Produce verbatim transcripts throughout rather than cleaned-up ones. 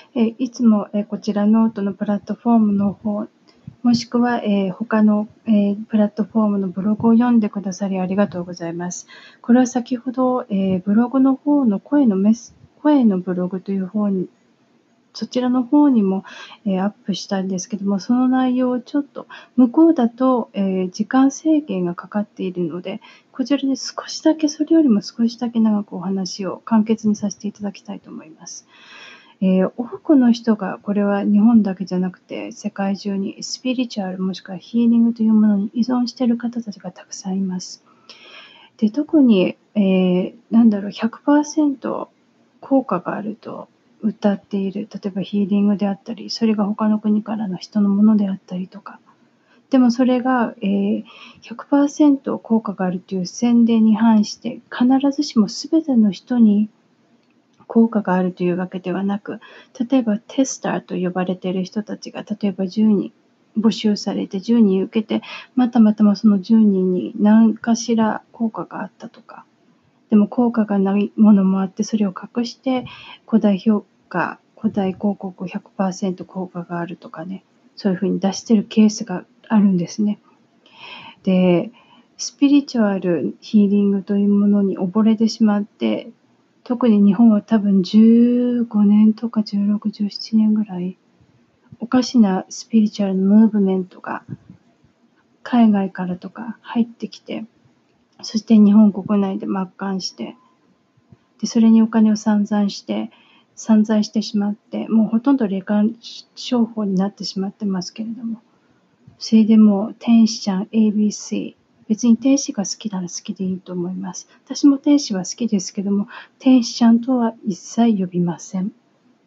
えーいつも、えーこちらノートのプラットフォームの方、もしくは、えー他の、えープラットフォームのブログを読んでくださりありがとうございます。これは先ほど、えーブログの方の声のメス、声のブログという方に、そちらの方にも、えーアップしたんですけども、その内容をちょっと、向こうだと、えー時間制限がかかっているので、こちらで少しだけ、それよりも少しだけ長くお話を簡潔にさせていただきたいと思います。えー多くの人が、これは日本だけじゃなくて世界中にスピリチュアルもしくはヒーリングというものに依存している方たちがたくさんいます。で特に、えー、なんだろうひゃくパーセント効果があると謳っている、例えばヒーリングであったり、それが他の国からの人のものであったりとか、でもそれが、えー、ひゃくパーセント効果があるという宣伝に反して必ずしも全ての人に効果があるというわけではなく、例えばテスターと呼ばれている人たちが例えばじゅうにん募集されてじゅうにん受けて、またまたまそのじゅうにんに何かしら効果があったとか、でも効果がないものもあって、それを隠して古代評価、古代広告 ひゃくパーセント 効果があるとかね、そういうふうに出してるケースがあるんですね。で、スピリチュアルヒーリングというものに溺れてしまって、特に日本は多分じゅうごねんとかじゅうろく、じゅうななねんぐらい、おかしなスピリチュアルムーブメントが海外からとか入ってきて、そして日本国内で末端して、でそれにお金を散々して、散財してしまって、もうほとんど霊感商法になってしまってますけれども、それでも天使ちゃん エービーシー、別に天使が好きなら好きでいいと思います。私も天使は好きですけども、天使ちゃんとは一切呼びません。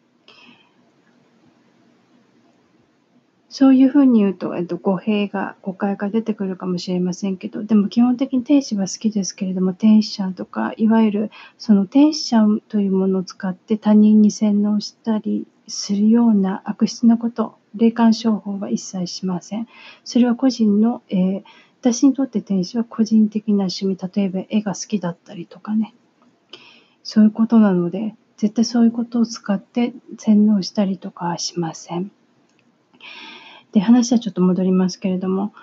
そういうふうに言うと、えっと、語弊が、誤解が出てくるかもしれませんけど、でも基本的に天使は好きですけれども、天使ちゃんとか、いわゆるその天使ちゃんというものを使って他人に洗脳したりするような悪質なこと、霊感商法は一切しません。それは個人の、えー私にとって天使は個人的な趣味、例えば絵が好きだったりとかね、そういうことなので、絶対そういうことを使って洗脳したりとかはしません。で、話はちょっと戻りますけれども、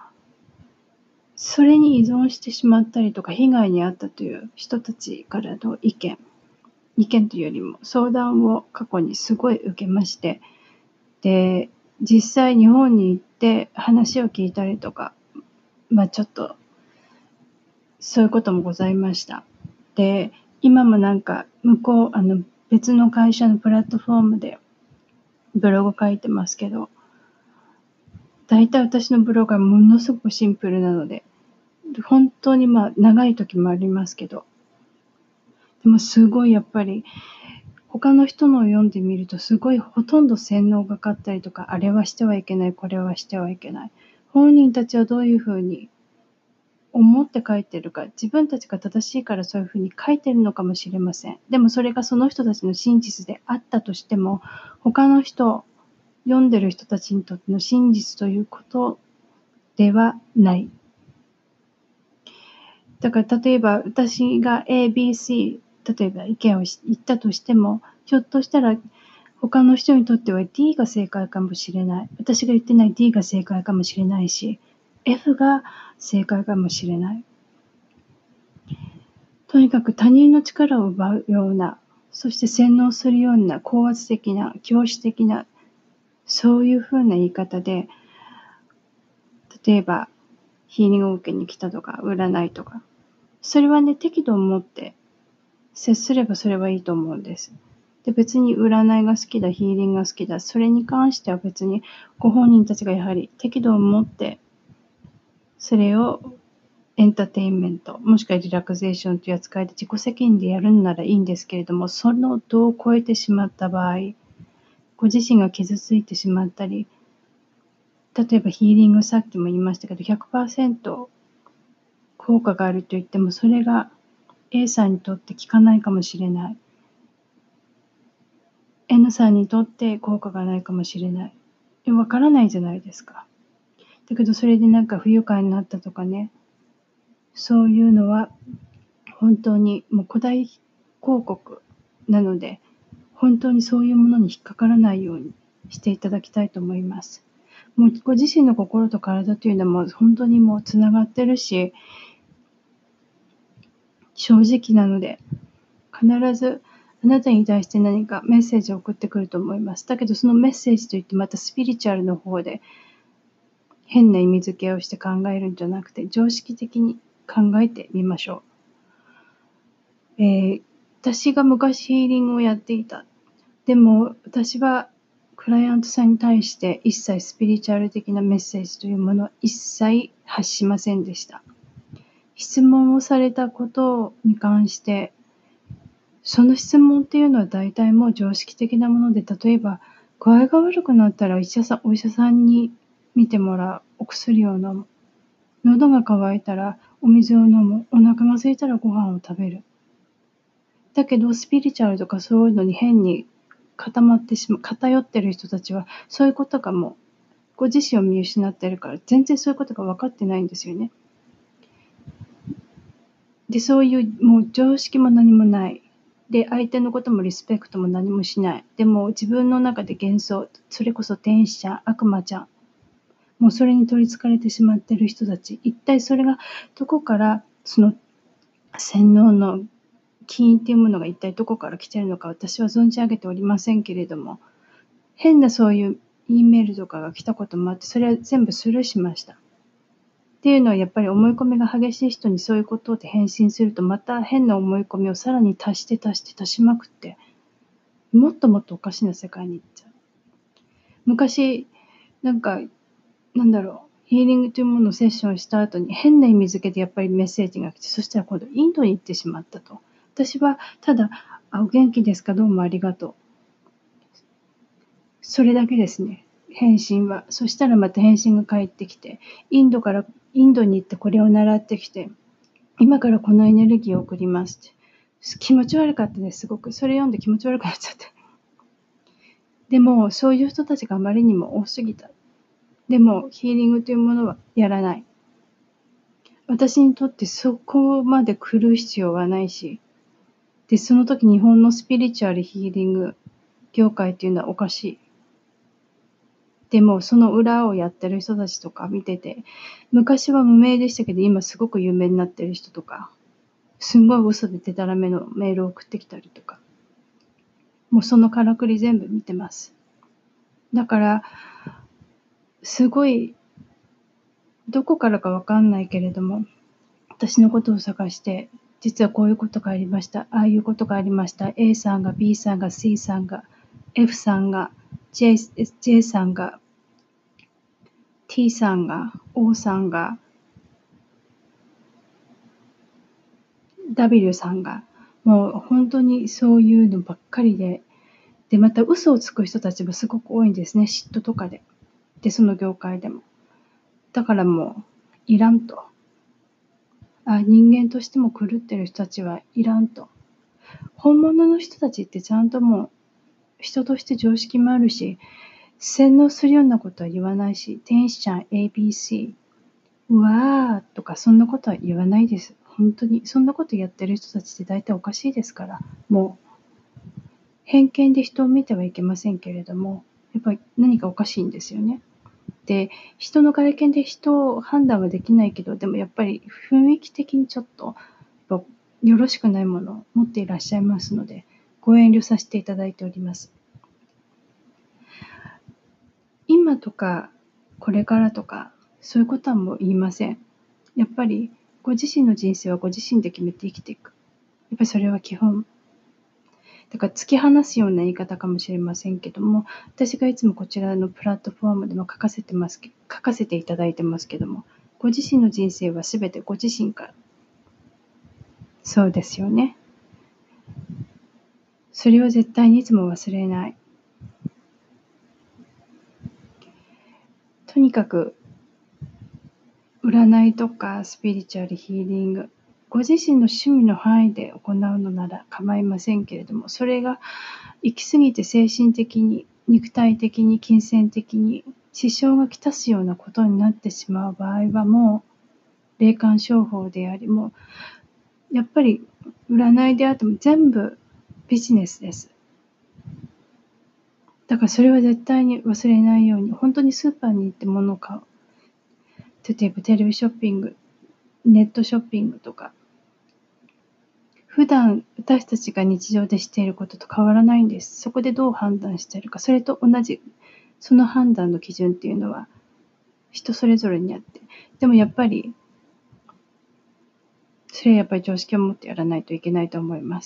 それに依存してしまったりとか、被害に遭ったという人たちからの意見、意見というよりも相談を過去にすごい受けまして、で、実際日本に行って話を聞いたりとか、まあちょっとそういうこともございました。で、今もなんか向こう、あの別の会社のプラットフォームでブログ書いてますけど、大体私のブログはものすごくシンプルなので、本当にまあ長い時もありますけど、でもすごいやっぱり他の人のを読んでみるとすごいほとんど洗脳がかったりとか、あれはしてはいけない、これはしてはいけない。本人たちはどういうふうに思って書いてるか、自分たちが正しいからそういうふうに書いてるのかもしれません。でもそれがその人たちの真実であったとしても、他の人、読んでる人たちにとっての真実ということではない。だから例えば私が エービーシー、例えば意見を言ったとしても、ひょっとしたら他の人にとっては ディー が正解かもしれない。私が言ってない ディー が正解かもしれないし、エフ が正解かもしれない。とにかく他人の力を奪うような、そして洗脳するような高圧的な、教師的な、そういうふうな言い方で、例えばヒーリングを受けに来たとか、占いとか、それはね、適度を持って接すればそれはいいと思うんです。で、別に占いが好きだ、ヒーリングが好きだ、それに関しては別にご本人たちがやはり適度を持って、それをエンターテインメント、もしくはリラクゼーションという扱いで自己責任でやるのならいいんですけれども、その度を超えてしまった場合、ご自身が傷ついてしまったり、例えばヒーリング、さっきも言いましたけど、ひゃくパーセント効果があると言っても、それが A さんにとって効かないかもしれない。N さんにとって効果がないかもしれない。わからないじゃないですか。だけどそれでなんか不愉快になったとかね、そういうのは本当にもう古代広告なので、 本当にそういうものに引っかからないようにしていただきたいと思います。もうご自身の心と体というのはもう本当にもうつながってるし、正直なので、必ずあなたに対して何かメッセージを送ってくると思います。だけどそのメッセージといってまたスピリチュアルの方で変な意味付けをして考えるんじゃなくて、常識的に考えてみましょう。えー、私が昔ヒーリングをやっていた。でも私はクライアントさんに対して一切スピリチュアル的なメッセージというものは一切発しませんでした。質問をされたことに関して、その質問っていうのは大体もう常識的なもので、例えば具合が悪くなったらお医者さん、お医者さんに見てもらう、お薬を飲む、喉が渇いたらお水を飲む、お腹が空いたらご飯を食べる。だけどスピリチュアルとかそういうのに変に固まってしまう、偏ってる人たちはそういうことがもうご自身を見失ってるから全然そういうことが分かってないんですよね。で、そういうもう常識も何もない。で、相手のこともリスペクトも何もしない。でも自分の中で幻想、それこそ天使ちゃん、悪魔ちゃん、もうそれに取りつかれてしまっている人たち、一体それがどこからその洗脳の起因っていうものが一体どこから来ているのか私は存じ上げておりませんけれども、変なそういう E メールとかが来たこともあって、それは全部スルーしました。っていうのはやっぱり思い込みが激しい人にそういうことで返信すると、また変な思い込みをさらに足して足して足しまくって、もっともっとおかしな世界に行っちゃう。昔なんかなんだろう、ヒーリングというものをセッションした後に変な意味付けでやっぱりメッセージが来て、そしたら今度インドに行ってしまったと。私はただ、あ、お元気ですか、どうもありがとう。それだけですね。返信は。そしたらまた返信が返ってきて、インドからインドに行ってこれを習ってきて、今からこのエネルギーを送りますって。気持ち悪かったです、すごく。それ読んで気持ち悪くなっちゃって。でも、そういう人たちがあまりにも多すぎた。でも、ヒーリングというものはやらない。私にとってそこまで来る必要はないし、で、その時日本のスピリチュアルヒーリング業界っていうのはおかしい。でも、その裏をやってる人たちとか見てて、昔は無名でしたけど、今すごく有名になってる人とか、すんごい嘘でデタラメのメールを送ってきたりとか、もうそのからくり全部見てます。だから、すごい、どこからかわかんないけれども、私のことを探して、実はこういうことがありました。ああいうことがありました。A さんが B さんが C さんが F さんが J, J さんが T さんが O さんが W さんが、もう本当にそういうのばっかりで、で、また嘘をつく人たちもすごく多いんですね。嫉妬とかで。で、その業界でも。だからもう、いらんと。あ、人間としても狂ってる人たちはいらんと。本物の人たちってちゃんともう、人として常識もあるし、洗脳するようなことは言わないし、天使ちゃん エービーシー、うわーとかそんなことは言わないです。本当に。そんなことやってる人たちって大体おかしいですから。もう、偏見で人を見てはいけませんけれども、やっぱり何かおかしいんですよね。で、人の外見で人を判断はできないけど、でもやっぱり雰囲気的にちょっと、よろしくないものを持っていらっしゃいますので、ご遠慮させていただいております。今とかこれからとかそういうことはもう言いません。やっぱりご自身の人生はご自身で決めて生きていく。やっぱりそれは基本。だから突き放すような言い方かもしれませんけども、私がいつもこちらのプラットフォームでも書かせてます書かせていただいてますけども、ご自身の人生はすべてご自身から。そうですよね。それを絶対にいつも忘れない。とにかく占いとかスピリチュアルヒーリング、ご自身の趣味の範囲で行うのなら構いませんけれども、それが行き過ぎて精神的に、肉体的に、金銭的に支障がきたすようなことになってしまう場合は、もう霊感商法であり、もうやっぱり占いであっても全部ビジネスです。 だからそれは絶対に忘れないように、本当にスーパーに行って物を買う。例えばテレビショッピング、ネットショッピングとか、普段私たちが日常でしていることと変わらないんです。そこでどう判断しているか、それと同じ、その判断の基準っていうのは人それぞれにあって、でもやっぱり、それはやっぱり常識を持ってやらないといけないと思います。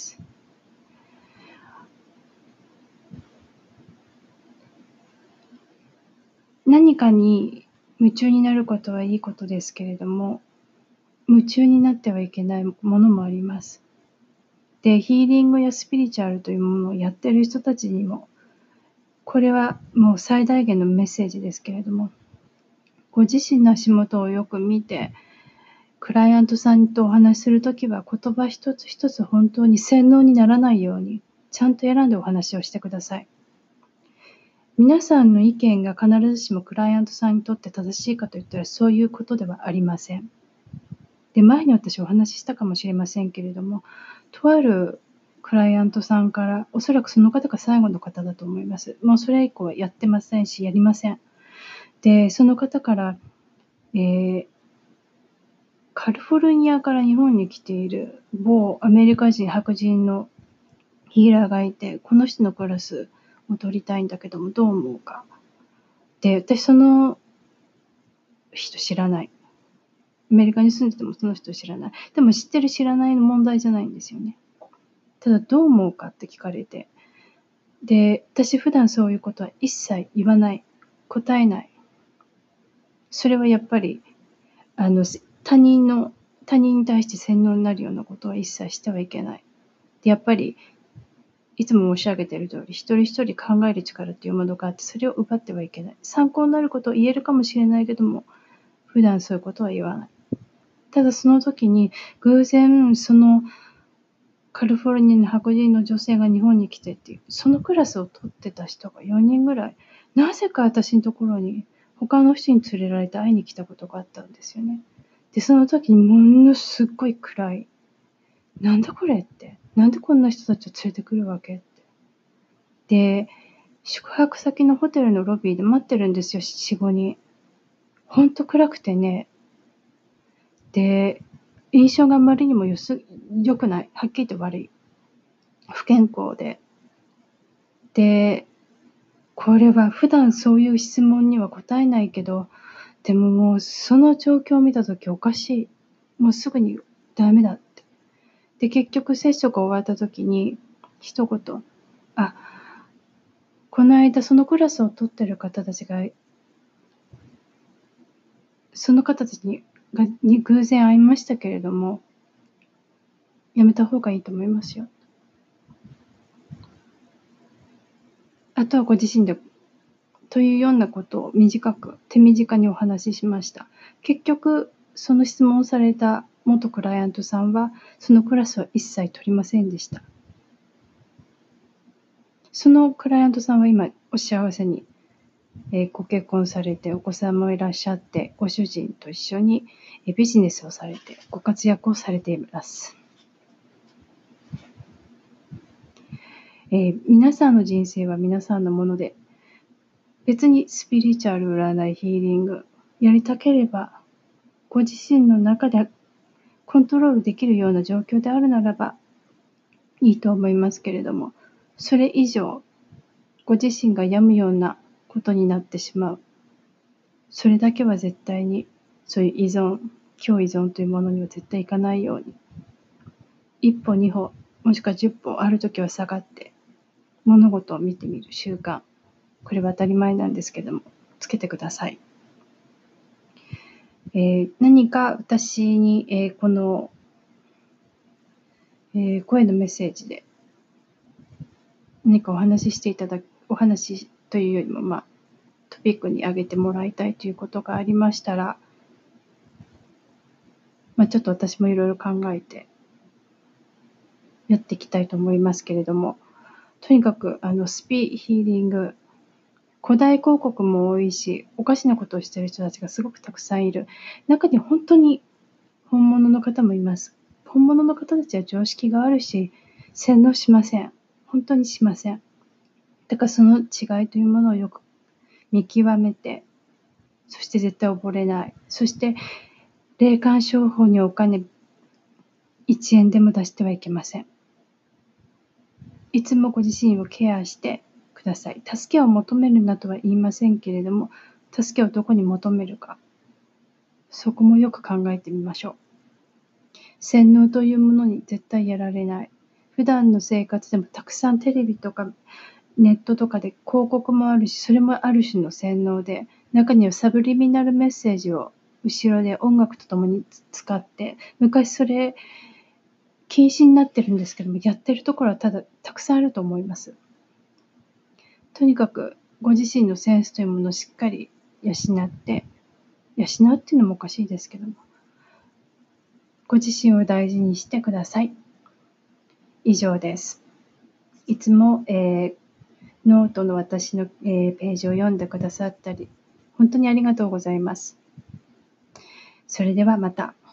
何かに夢中になることはいいことですけれども、夢中になってはいけないものもあります。で、ヒーリングやスピリチュアルというものをやっている人たちにも、これはもう最大限のメッセージですけれども、ご自身の足元をよく見て、クライアントさんとお話しするときは言葉一つ一つ本当に洗脳にならないように、ちゃんと選んでお話をしてください。皆さんの意見が必ずしもクライアントさんにとって正しいかといったらそういうことではありません。で、前に私お話ししたかもしれませんけれども、とあるクライアントさんから、おそらくその方が最後の方だと思います。もうそれ以降はやってませんし、やりません。で、その方から、えー、カリフォルニアから日本に来ている某アメリカ人白人のヒーラーがいて、この人のクラスを取りたいんだけどもどう思うか。で、私その人知らない。アメリカに住んでてもその人知らない。でも知ってる知らないの問題じゃないんですよね。ただどう思うかって聞かれて。で、私普段そういうことは一切言わない。答えない。それはやっぱり、あの、他人の、他人に対して洗脳になるようなことは一切してはいけない。で、やっぱり、いつも申し上げている通り、一人一人考える力っていうものがあって、それを奪ってはいけない。参考になることを言えるかもしれないけども、普段そういうことは言わない。ただその時に、偶然、その、カリフォルニアの白人の女性が日本に来てっていう、そのクラスを取ってた人がよにんぐらい、なぜか私のところに、他の人に連れられて会いに来たことがあったんですよね。で、その時にものすっごい暗い。なんだこれって。なんでこんな人たちを連れてくるわけって。で、宿泊先のホテルのロビーで待ってるんですよ、よん、ごにん。ほんと暗くてね。で、印象があまりにもよす、良くない。はっきり言って悪い。不健康で。で、これは普段そういう質問には答えないけど、でももうその状況を見たときおかしい。もうすぐにダメだって。で、結局セッションが終わったときに、一言、あ、この間そのクラスを取ってる方たちが、その方たちにがに偶然会いましたけれども、やめた方がいいと思いますよ。あとはご自身でというようなことを短く、手短にお話ししました。結局、その質問をされた元クライアントさんは、そのクラスは一切取りませんでした。そのクライアントさんは今、お幸せに、えー、ご結婚されて、お子さんもいらっしゃって、ご主人と一緒にビジネスをされて、ご活躍をされています。えー、皆さんの人生は皆さんのもので、別にスピリチュアル占い、ヒーリング、やりたければ、ご自身の中でコントロールできるような状況であるならばいいと思いますけれども、それ以上、ご自身が病むようなことになってしまう。それだけは絶対に、そういう依存、強依存というものには絶対いかないように、一歩二歩、もしくは十歩あるときは下がって、物事を見てみる習慣、これは当たり前なんですけども、つけてください。えー、何か私に、えー、この、えー、声のメッセージで何かお話ししていただく、お話というよりも、まあ、トピックに挙げてもらいたいということがありましたら、まあ、ちょっと私もいろいろ考えてやっていきたいと思いますけれども、とにかくあのスピヒーリング、古代広告も多いし、おかしなことをしている人たちがすごくたくさんいる。中に本当に本物の方もいます。本物の方たちは常識があるし、洗脳しません。本当にしません。 だからその違いというものをよく見極めて、そして絶対溺れない。そして霊感商法にお金いちえんでも出してはいけません。いつもご自身をケアしてください。助けを求めるなとは言いませんけれども、助けをどこに求めるか、そこもよく考えてみましょう。洗脳というものに絶対やられない。普段の生活でもたくさんテレビとかネットとかで広告もあるし、それもある種の洗脳で、中にはサブリミナルメッセージを後ろで音楽とともに使って、昔それ禁止になってるんですけども、やってるところはただたくさんあると思います。とにかくご自身のセンスというものをしっかり養って、養うっていうのもおかしいですけども、ご自身を大事にしてください。以上です。いつも、えー、ノートの私の、えー、ページを読んでくださったり、本当にありがとうございます。それではまた。